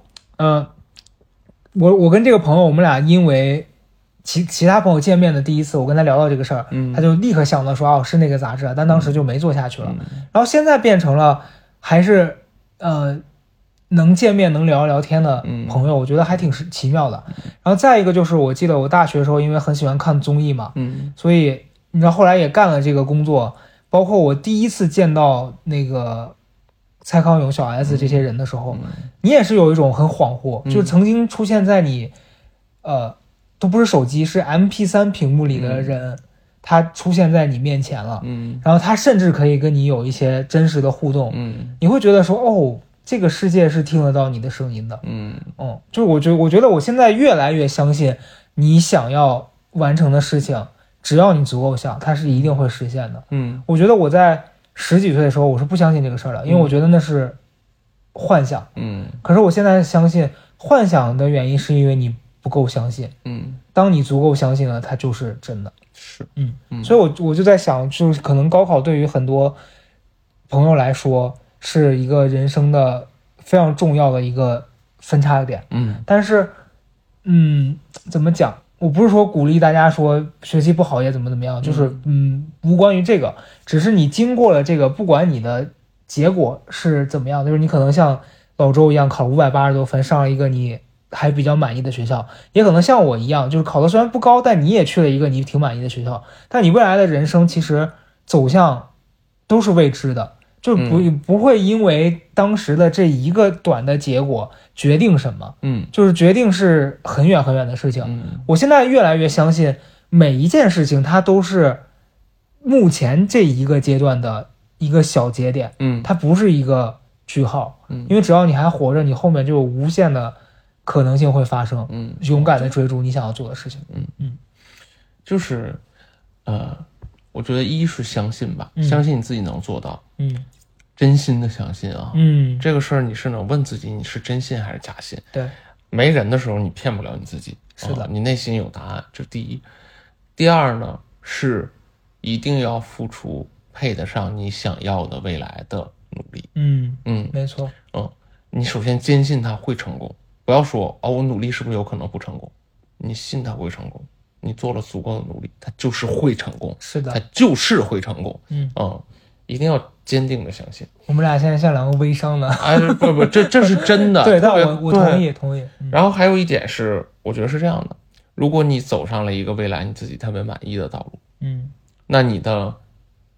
我跟这个朋友，我们俩因为其他朋友见面的第一次，我跟他聊到这个事儿，他就立刻想到说是那个杂志，但当时就没做下去了。然后现在变成了还是能见面能聊聊天的朋友，我觉得还挺奇妙的。然后再一个就是我记得我大学的时候因为很喜欢看综艺嘛，所以你知道后来也干了这个工作，包括我第一次见到那个蔡康永、小 S 这些人的时候，你也是有一种很恍惚，就是曾经出现在你都不是手机，是 MP3 屏幕里的人，他出现在你面前了，然后他甚至可以跟你有一些真实的互动，你会觉得说这个世界是听得到你的声音的，就是我觉得我现在越来越相信，你想要完成的事情，只要你足够想，它是一定会实现的。我觉得我在10几岁的时候我是不相信这个事儿的，因为我觉得那是幻想，可是我现在相信幻想的原因是因为你不够相信，当你足够相信了，它就是真的。 是， 所以我就在想，就是可能高考对于很多朋友来说是一个人生的非常重要的一个分叉点，但是怎么讲，我不是说鼓励大家说学习不好也怎么样，就是无关于这个，只是你经过了这个，不管你的结果是怎么样，就是你可能像老周一样考580多分，上了一个你还比较满意的学校，也可能像我一样，就是考的虽然不高，但你也去了一个你挺满意的学校，但你未来的人生其实走向都是未知的，就不会因为当时的这一个短的结果决定什么，就是决定是很远很远的事情。我现在越来越相信每一件事情它都是目前这一个阶段的一个小节点，它不是一个句号，因为只要你还活着，你后面就有无限的可能性会发生，勇敢的追逐你想要做的事情。 就是我觉得一是相信吧，相信你自己能做到，真心的相信啊，这个事儿你是能问自己你是真信还是假信。 对， 没人的时候你骗不了你自己， 是的， 你内心有答案，这第一。第二呢，是一定要付出配得上你想要的未来的努力。 没错。 你首先坚信他会成功，不要说我努力是不是有可能不成功，你信他会成功，你做了足够的努力，他就是会成功。 是的， 他就是会成功。一定要坚定的相信。 我们俩现在像两个微商的， 不，这是真的。 对，但我同意。 然后还有一点是，我觉得是这样的：如果你走上了一个未来你自己特别满意的道路，那你的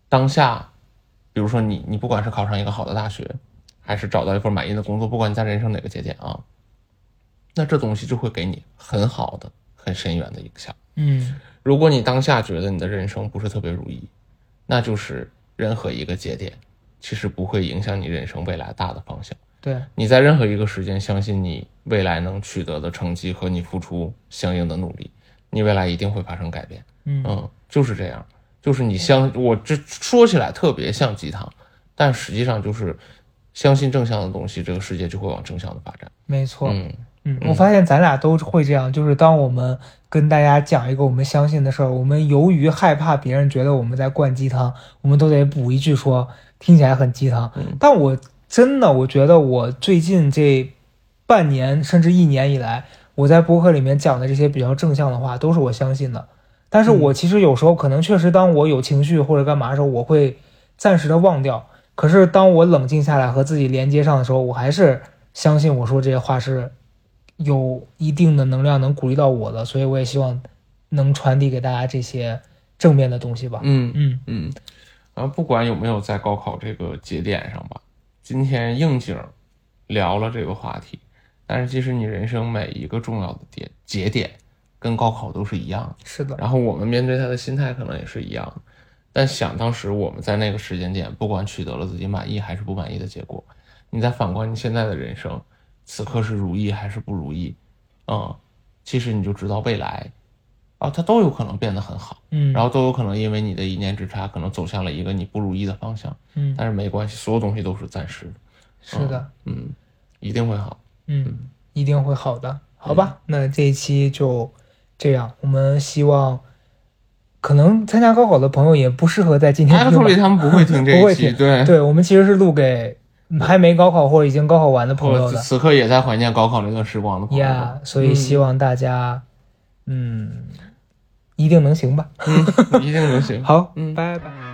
当下，比如说你不管是考上一个好的大学，还是找到一份满意的工作，不管你在人生哪个节点啊，那这东西就会给你很好的、很深远的影响。如果你当下觉得你的人生不是特别如意，那就是任何一个节点其实不会影响你人生未来大的方向。 对， 你在任何一个时间相信你未来能取得的成绩和你付出相应的努力，你未来一定会发生改变。就是这样，就是我这说起来特别像鸡汤，但实际上就是相信正向的东西，这个世界就会往正向的发展。 没错。我发现咱俩都会这样，就是当我们跟大家讲一个我们相信的事儿，我们由于害怕别人觉得我们在灌鸡汤，我们都得补一句说听起来很鸡汤。但我觉得我最近这半年甚至1年以来，我在播客里面讲的这些比较正向的话都是我相信的。但是我其实有时候可能确实当我有情绪或者干嘛的时候，我会暂时的忘掉，可是当我冷静下来和自己连接上的时候，我还是相信我说这些话是有一定的能量能鼓励到我的，所以我也希望能传递给大家这些正面的东西吧。 不管有没有在高考这个节点上吧，今天应景聊了这个话题，但是其实你人生每一个重要的节点跟高考都是一样的。 是的。 然后我们面对它的心态可能也是一样的，但想当时我们在那个时间点，不管取得了自己满意还是不满意的结果，你再反观你现在的人生，此刻是如意还是不如意，其实你就知道未来它都有可能变得很好，然后都有可能因为你的一念之差，可能走向了一个你不如意的方向，但是没关系，所有东西都是暂时的。 是的。 一定会好。 一定会好的。好吧，那这一期就这样。我们希望可能参加高考的朋友也不适合在今天听， 他们不会听这一期。 对，我们其实是录给还没高考或者已经高考完的朋友的， 此刻也在怀念高考那段时光的朋友。 所以希望大家一定能行吧。 一定能行。 好，拜拜。